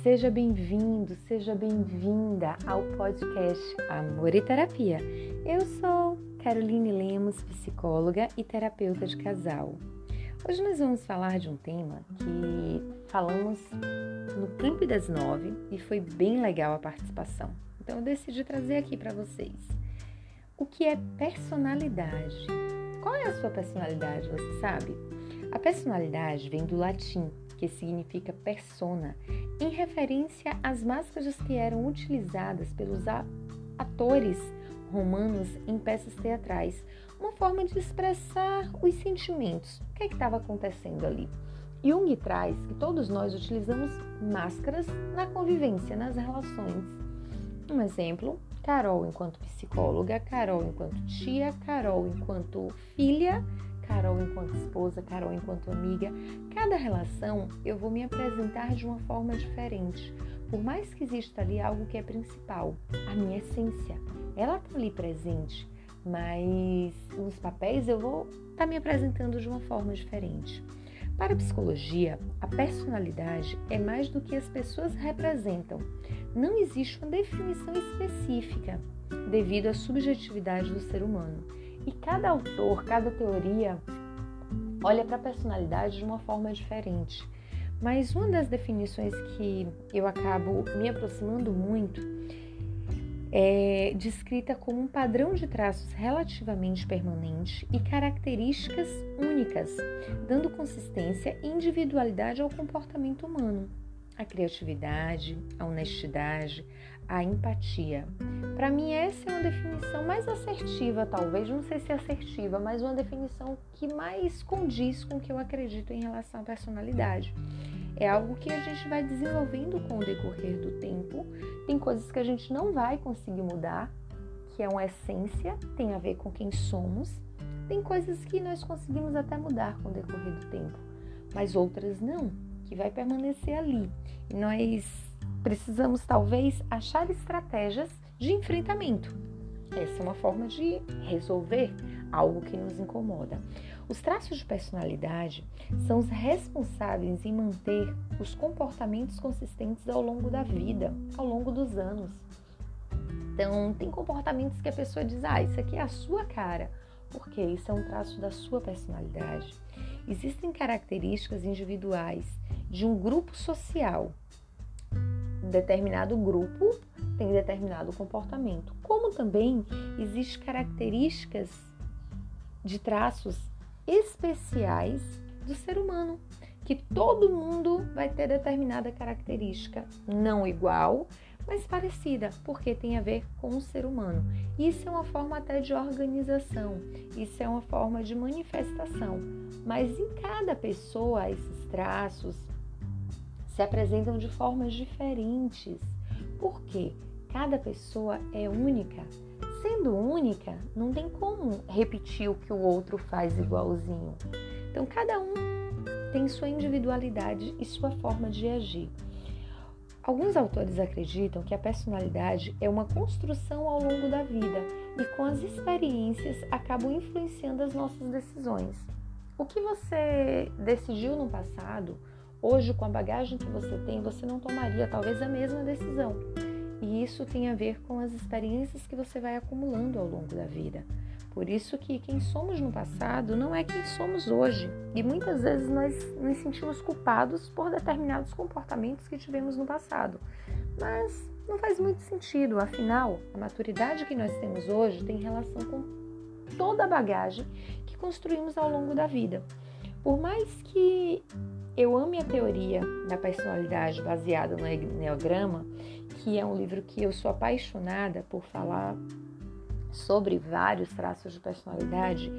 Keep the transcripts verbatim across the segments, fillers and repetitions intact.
Seja bem-vindo, seja bem-vinda ao podcast Amor e Terapia. Eu sou Caroline Lemos, psicóloga e terapeuta de casal. Hoje nós vamos falar de um tema que falamos no Clube das Nove e foi bem legal a participação. Então eu decidi trazer aqui para vocês. O que é personalidade? Qual é a sua personalidade, você sabe? A personalidade vem do latim, que significa persona, em referência às máscaras que eram utilizadas pelos atores romanos em peças teatrais, uma forma de expressar os sentimentos, o que é que estava acontecendo ali. Jung traz que todos nós utilizamos máscaras na convivência, nas relações. Um exemplo, Carol enquanto psicóloga, Carol enquanto tia, Carol enquanto filha, Carol enquanto esposa, Carol enquanto amiga. Cada relação eu vou me apresentar de uma forma diferente. Por mais que exista ali algo que é principal, a minha essência, ela está ali presente, mas nos papéis eu vou estar me apresentando de uma forma diferente. Para a psicologia, a personalidade é mais do que as pessoas representam. Não existe uma definição específica devido à subjetividade do ser humano. E cada autor, cada teoria olha para a personalidade de uma forma diferente. Mas uma das definições que eu acabo me aproximando muito é descrita como um padrão de traços relativamente permanente e características únicas, dando consistência e individualidade ao comportamento humano. A criatividade, a honestidade, a empatia. Para mim, essa é uma definição mais assertiva, talvez, não sei se é assertiva, mas uma definição que mais condiz com o que eu acredito em relação à personalidade. É algo que a gente vai desenvolvendo com o decorrer do tempo. Tem coisas que a gente não vai conseguir mudar, que é uma essência, tem a ver com quem somos. Tem coisas que nós conseguimos até mudar com o decorrer do tempo, mas outras não, que vai permanecer ali. E nós precisamos, talvez, achar estratégias de enfrentamento. Essa é uma forma de resolver algo que nos incomoda. Os traços de personalidade são os responsáveis em manter os comportamentos consistentes ao longo da vida, ao longo dos anos. Então, tem comportamentos que a pessoa diz, ah, isso aqui é a sua cara, porque isso é um traço da sua personalidade. Existem características individuais de um grupo social. Determinado grupo tem determinado comportamento, como também existem características de traços especiais do ser humano, que todo mundo vai ter determinada característica, não igual, mas parecida, porque tem a ver com o ser humano. Isso é uma forma até de organização, isso é uma forma de manifestação, mas em cada pessoa esses traços se apresentam de formas diferentes, porque cada pessoa é única. Sendo única, não tem como repetir o que o outro faz igualzinho. Então, cada um tem sua individualidade e sua forma de agir. Alguns autores acreditam que a personalidade é uma construção ao longo da vida e com as experiências acabam influenciando as nossas decisões. O que você decidiu no passado, hoje, com a bagagem que você tem, você não tomaria talvez a mesma decisão. E isso tem a ver com as experiências que você vai acumulando ao longo da vida. Por isso que quem somos no passado não é quem somos hoje. E muitas vezes nós nos sentimos culpados por determinados comportamentos que tivemos no passado. Mas não faz muito sentido. Afinal, a maturidade que nós temos hoje tem relação com toda a bagagem que construímos ao longo da vida. Por mais que eu ame a teoria da personalidade baseada no Enneagrama, que é um livro que eu sou apaixonada por falar sobre vários traços de personalidade,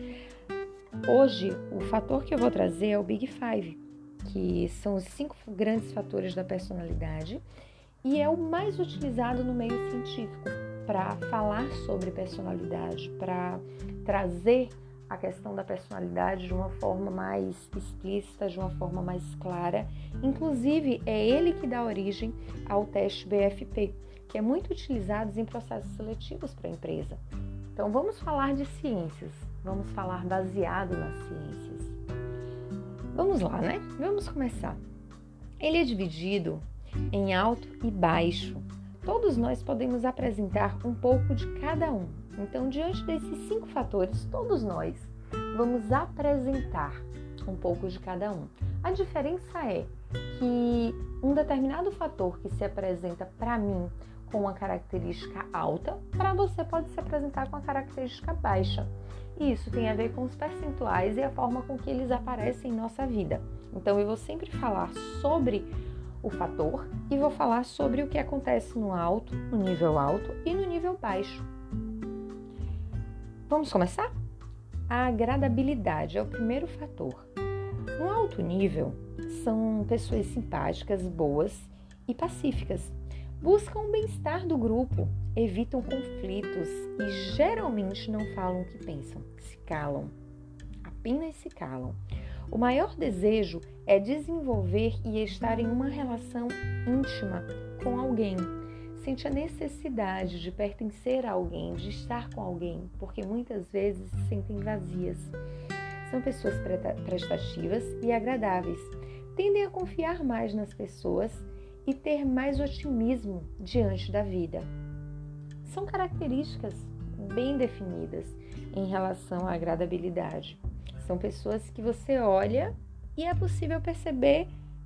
hoje o fator que eu vou trazer é o Big Five, que são os cinco grandes fatores da personalidade e é o mais utilizado no meio científico para falar sobre personalidade, para trazer a questão da personalidade de uma forma mais explícita, de uma forma mais clara. Inclusive, é ele que dá origem ao teste B F P, que é muito utilizado em processos seletivos para a empresa. Então, vamos falar de ciências, vamos falar baseado nas ciências. Vamos lá, né? Vamos começar. Ele é dividido em alto e baixo. Todos nós podemos apresentar um pouco de cada um. Então, diante desses cinco fatores, todos nós vamos apresentar um pouco de cada um. A diferença é que um determinado fator que se apresenta para mim com uma característica alta, para você pode se apresentar com a característica baixa. E isso tem a ver com os percentuais e a forma com que eles aparecem em nossa vida. Então, eu vou sempre falar sobre o fator e vou falar sobre o que acontece no alto, no nível alto e no nível baixo. Vamos começar? A agradabilidade é o primeiro fator. No alto nível, são pessoas simpáticas, boas e pacíficas. Buscam o bem-estar do grupo, evitam conflitos e geralmente não falam o que pensam, se calam, apenas se calam. O maior desejo é desenvolver e estar em uma relação íntima com alguém. Sente a necessidade de pertencer a alguém, de estar com alguém, porque muitas vezes se sentem vazias. São pessoas prestativas e agradáveis. Tendem a confiar mais nas pessoas e ter mais otimismo diante da vida. São características bem definidas em relação à agradabilidade. São pessoas que você olha e é possível perceber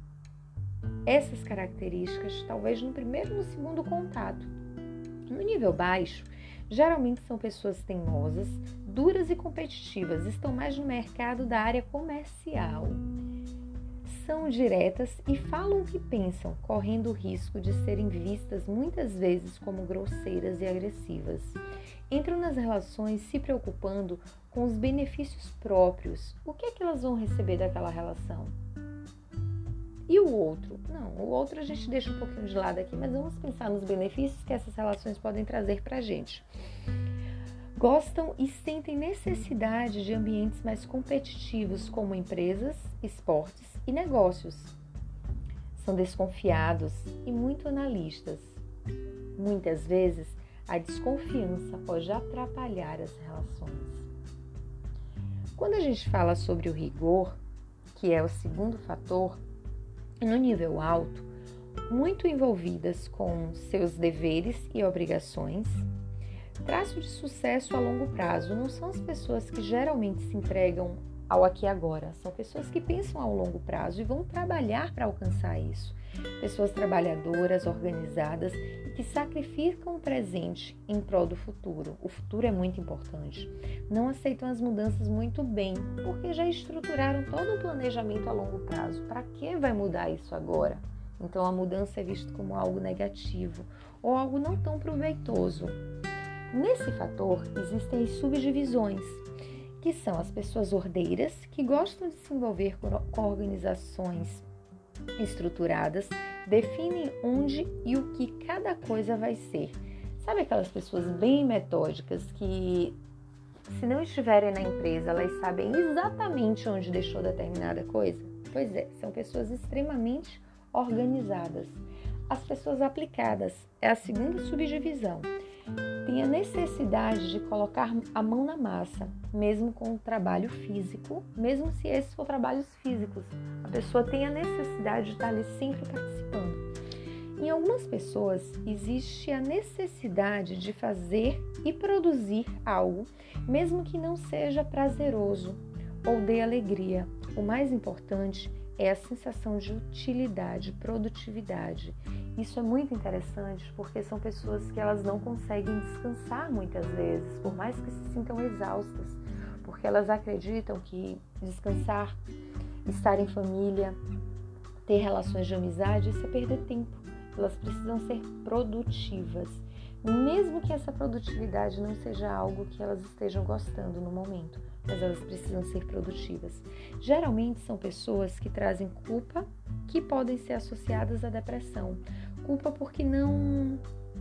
essas características, talvez no primeiro ou no segundo contato. No nível baixo, geralmente são pessoas teimosas, duras e competitivas, estão mais no mercado da área comercial. São diretas e falam o que pensam, correndo o risco de serem vistas muitas vezes como grosseiras e agressivas. Entram nas relações se preocupando com os benefícios próprios. O que é que elas vão receber daquela relação? E o outro? Não, o outro a gente deixa um pouquinho de lado aqui, mas vamos pensar nos benefícios que essas relações podem trazer para a gente. Gostam e sentem necessidade de ambientes mais competitivos, como empresas, esportes e negócios. São desconfiados e muito analistas. Muitas vezes, a desconfiança pode atrapalhar as relações. Quando a gente fala sobre o rigor, que é o segundo fator, no nível alto, muito envolvidas com seus deveres e obrigações. Traço de sucesso a longo prazo não são as pessoas que geralmente se entregam ao aqui e agora, são pessoas que pensam ao longo prazo e vão trabalhar para alcançar isso. Pessoas trabalhadoras, organizadas e que sacrificam o presente em prol do futuro. O futuro é muito importante. Não aceitam as mudanças muito bem, porque já estruturaram todo um planejamento a longo prazo. Para que vai mudar isso agora? Então a mudança é vista como algo negativo ou algo não tão proveitoso. Nesse fator existem as subdivisões, que são as pessoas ordeiras que gostam de se envolver com organizações estruturadas, definem onde e o que cada coisa vai ser. Sabe aquelas pessoas bem metódicas que, se não estiverem na empresa, elas sabem exatamente onde deixou determinada coisa? Pois é, são pessoas extremamente organizadas. As pessoas aplicadas é a segunda subdivisão. Tem a necessidade de colocar a mão na massa, mesmo com o trabalho físico, mesmo se esses for trabalhos físicos. A pessoa tem a necessidade de estar ali sempre participando. Em algumas pessoas, existe a necessidade de fazer e produzir algo, mesmo que não seja prazeroso ou dê alegria. O mais importante é a sensação de utilidade, produtividade. Isso é muito interessante porque são pessoas que elas não conseguem descansar muitas vezes, por mais que se sintam exaustas, porque elas acreditam que descansar, estar em família, ter relações de amizade, isso é perder tempo. Elas precisam ser produtivas, mesmo que essa produtividade não seja algo que elas estejam gostando no momento, mas elas precisam ser produtivas. Geralmente são pessoas que trazem culpa, que podem ser associadas à depressão. Culpa porque não,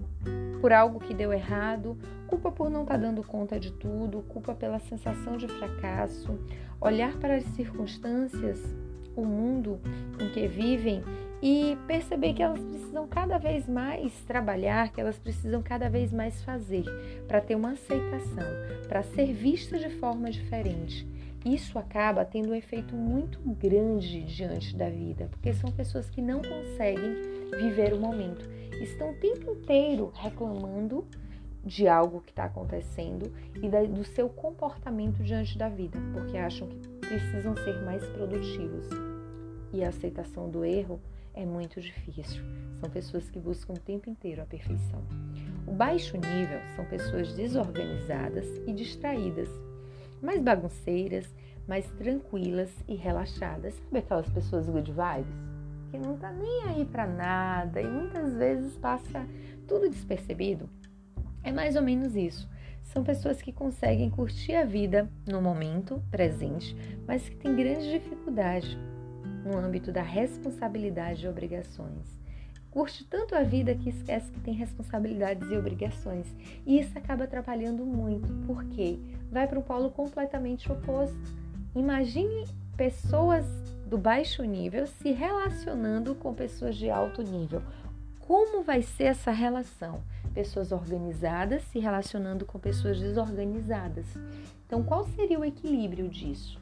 por algo que deu errado, culpa por não estar dando conta de tudo, culpa pela sensação de fracasso, olhar para as circunstâncias, o mundo em que vivem e perceber que elas precisam cada vez mais trabalhar, que elas precisam cada vez mais fazer para ter uma aceitação, para ser vista de forma diferente. Isso acaba tendo um efeito muito grande diante da vida, porque são pessoas que não conseguem viver o momento. Estão o tempo inteiro reclamando de algo que está acontecendo e da, do seu comportamento diante da vida, porque acham que precisam ser mais produtivos. E a aceitação do erro é muito difícil. São pessoas que buscam o tempo inteiro a perfeição. O baixo nível são pessoas desorganizadas e distraídas, mais bagunceiras, mais tranquilas e relaxadas. Sabe aquelas pessoas good vibes? Que não tá nem aí para nada e muitas vezes passa tudo despercebido? É mais ou menos isso. São pessoas que conseguem curtir a vida no momento presente, mas que têm grande dificuldade no âmbito da responsabilidade e obrigações. Curte tanto a vida que esquece que tem responsabilidades e obrigações. E isso acaba atrapalhando muito, porque vai para um polo completamente oposto. Imagine pessoas do baixo nível se relacionando com pessoas de alto nível. Como vai ser essa relação? Pessoas organizadas se relacionando com pessoas desorganizadas. Então, qual seria o equilíbrio disso?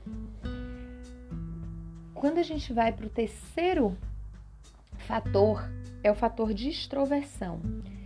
Quando a gente vai para o terceiro fator, é o fator de extroversão.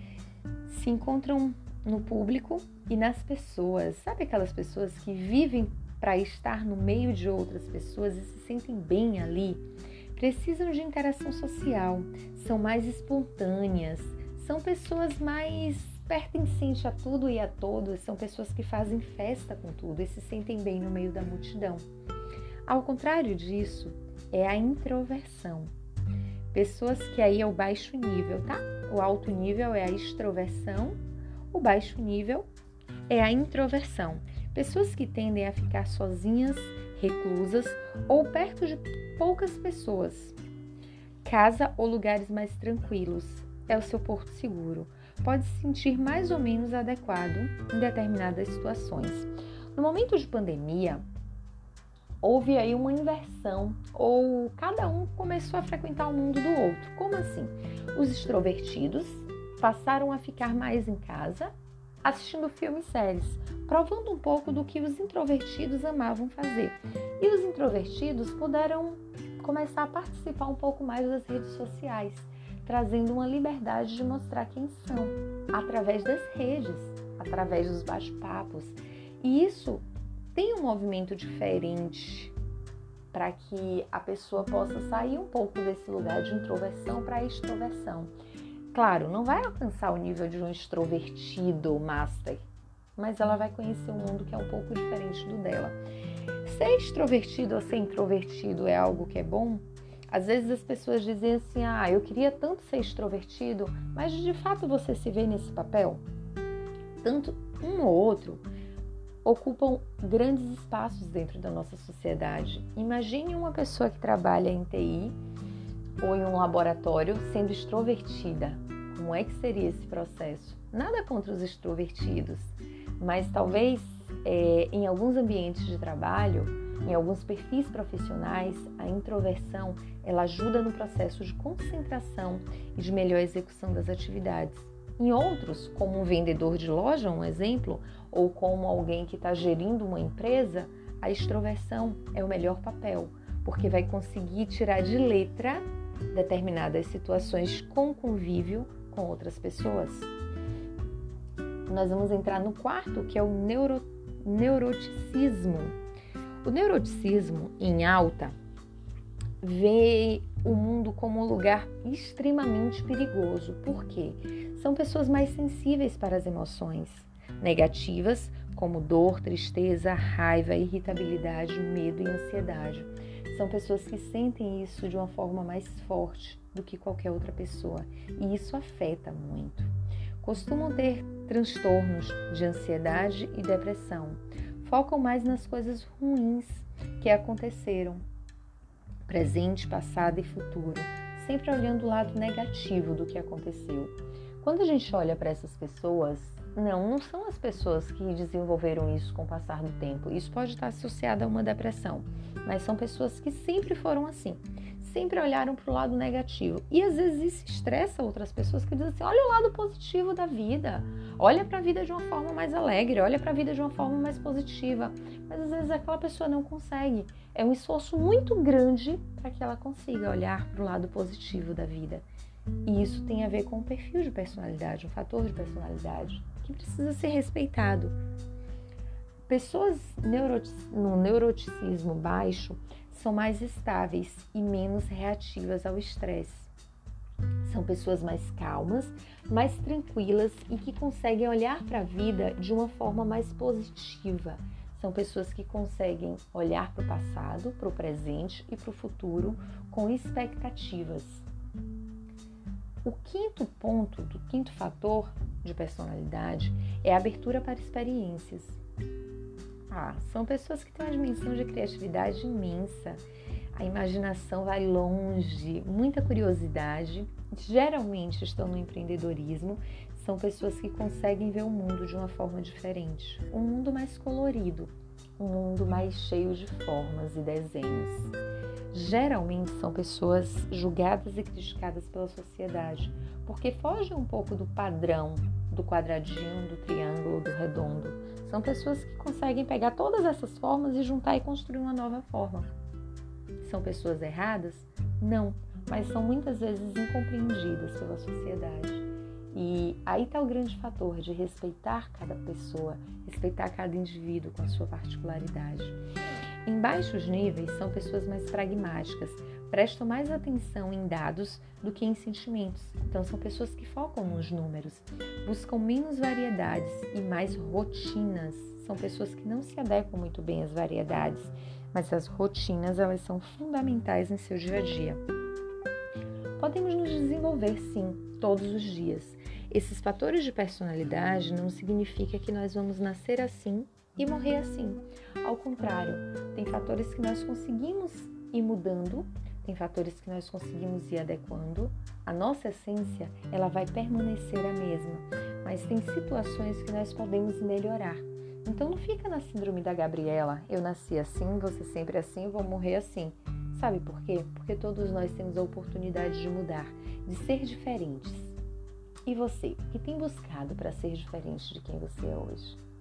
Se encontram no público e nas pessoas. Sabe aquelas pessoas que vivem para estar no meio de outras pessoas e se sentem bem ali? Precisam de interação social, são mais espontâneas, são pessoas mais pertencentes a tudo e a todos, são pessoas que fazem festa com tudo e se sentem bem no meio da multidão. Ao contrário disso, é a introversão. Pessoas que aí é o baixo nível, tá? O alto nível é a extroversão, o baixo nível é a introversão. Pessoas que tendem a ficar sozinhas, reclusas ou perto de poucas pessoas. Casa ou lugares mais tranquilos é o seu porto seguro. Pode se sentir mais ou menos adequado em determinadas situações. No momento de pandemia, houve aí uma inversão, ou cada um começou a frequentar o mundo do outro. Como assim? Os extrovertidos passaram a ficar mais em casa, assistindo filmes e séries, provando um pouco do que os introvertidos amavam fazer. E os introvertidos puderam começar a participar um pouco mais das redes sociais, trazendo uma liberdade de mostrar quem são, através das redes, através dos bate-papos. E isso tem um movimento diferente para que a pessoa possa sair um pouco desse lugar de introversão para extroversão. Claro, não vai alcançar o nível de um extrovertido master, mas ela vai conhecer um mundo que é um pouco diferente do dela. Ser extrovertido ou ser introvertido é algo que é bom? Às vezes as pessoas dizem assim, ah, eu queria tanto ser extrovertido, mas de fato você se vê nesse papel? Tanto um ou outro ocupam grandes espaços dentro da nossa sociedade. Imagine uma pessoa que trabalha em T I ou em um laboratório sendo extrovertida. Como é que seria esse processo? Nada contra os extrovertidos, mas talvez é, em alguns ambientes de trabalho, em alguns perfis profissionais, a introversão ela ajuda no processo de concentração e de melhor execução das atividades. Em outros, como um vendedor de loja, um exemplo, ou como alguém que está gerindo uma empresa, a extroversão é o melhor papel, porque vai conseguir tirar de letra determinadas situações com convívio com outras pessoas. Nós vamos entrar no quarto, que é o neuro, neuroticismo. O neuroticismo, em alta, vê o mundo como um lugar extremamente perigoso. Por quê? São pessoas mais sensíveis para as emoções negativas, como dor, tristeza, raiva, irritabilidade, medo e ansiedade. São pessoas que sentem isso de uma forma mais forte do que qualquer outra pessoa, e isso afeta muito. Costumam ter transtornos de ansiedade e depressão. Focam mais nas coisas ruins que aconteceram, presente, passado e futuro, sempre olhando o lado negativo do que aconteceu. Quando a gente olha para essas pessoas, não, não são as pessoas que desenvolveram isso com o passar do tempo. Isso pode estar associado a uma depressão, mas são pessoas que sempre foram assim, sempre olharam para o lado negativo. E às vezes isso estressa outras pessoas que dizem assim, olha o lado positivo da vida, olha para a vida de uma forma mais alegre, olha para a vida de uma forma mais positiva. Mas às vezes aquela pessoa não consegue. É um esforço muito grande para que ela consiga olhar para o lado positivo da vida. E isso tem a ver com o perfil de personalidade, um fator de personalidade que precisa ser respeitado. Pessoas neuroti- no neuroticismo baixo são mais estáveis e menos reativas ao estresse. São pessoas mais calmas, mais tranquilas e que conseguem olhar para a vida de uma forma mais positiva. São pessoas que conseguem olhar para o passado, para o presente e para o futuro com expectativas. O quinto ponto, do quinto fator de personalidade é a abertura para experiências. Ah, são pessoas que têm uma dimensão de criatividade imensa. A imaginação vai longe, muita curiosidade. Geralmente estão no empreendedorismo. São pessoas que conseguem ver o mundo de uma forma diferente. Um mundo mais colorido, um mundo mais cheio de formas e desenhos. Geralmente são pessoas julgadas e criticadas pela sociedade, porque fogem um pouco do padrão, do quadradinho, do triângulo, do redondo. São pessoas que conseguem pegar todas essas formas e juntar e construir uma nova forma. São pessoas erradas? Não, mas são muitas vezes incompreendidas pela sociedade. E aí está o grande fator de respeitar cada pessoa, respeitar cada indivíduo com a sua particularidade. Em baixos níveis, são pessoas mais pragmáticas, prestam mais atenção em dados do que em sentimentos. Então, são pessoas que focam nos números, buscam menos variedades e mais rotinas. São pessoas que não se adequam muito bem às variedades, mas as rotinas, elas são fundamentais em seu dia a dia. Podemos nos desenvolver, sim, todos os dias. Esses fatores de personalidade não significa que nós vamos nascer assim e morrer assim. Ao contrário, tem fatores que nós conseguimos ir mudando, tem fatores que nós conseguimos ir adequando. A nossa essência, ela vai permanecer a mesma, mas tem situações que nós podemos melhorar. Então não fica na síndrome da Gabriela, eu nasci assim, vou ser sempre assim, vou morrer assim. Sabe por quê? Porque todos nós temos a oportunidade de mudar, de ser diferentes. E você, o que tem buscado para ser diferente de quem você é hoje?